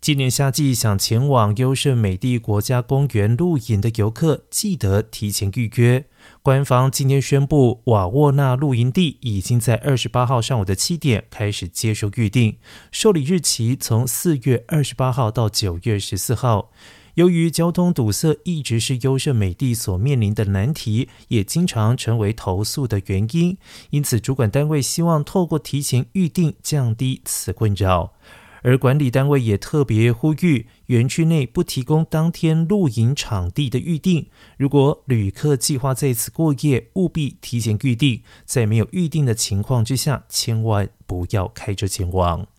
今年夏季想前往优胜美地国家公园露营的游客，记得提前预约。官方今天宣布，瓦沃纳露营地已经在28号上午的7点开始接受预定，受理日期从4月28号到9月14号。由于交通堵塞一直是优胜美地所面临的难题，也经常成为投诉的原因，因此主管单位希望透过提前预定降低此困扰。而管理单位也特别呼吁，园区内不提供当天露营场地的预定，如果旅客计划在此过夜，务必提前预定，在没有预定的情况之下，千万不要开车前往。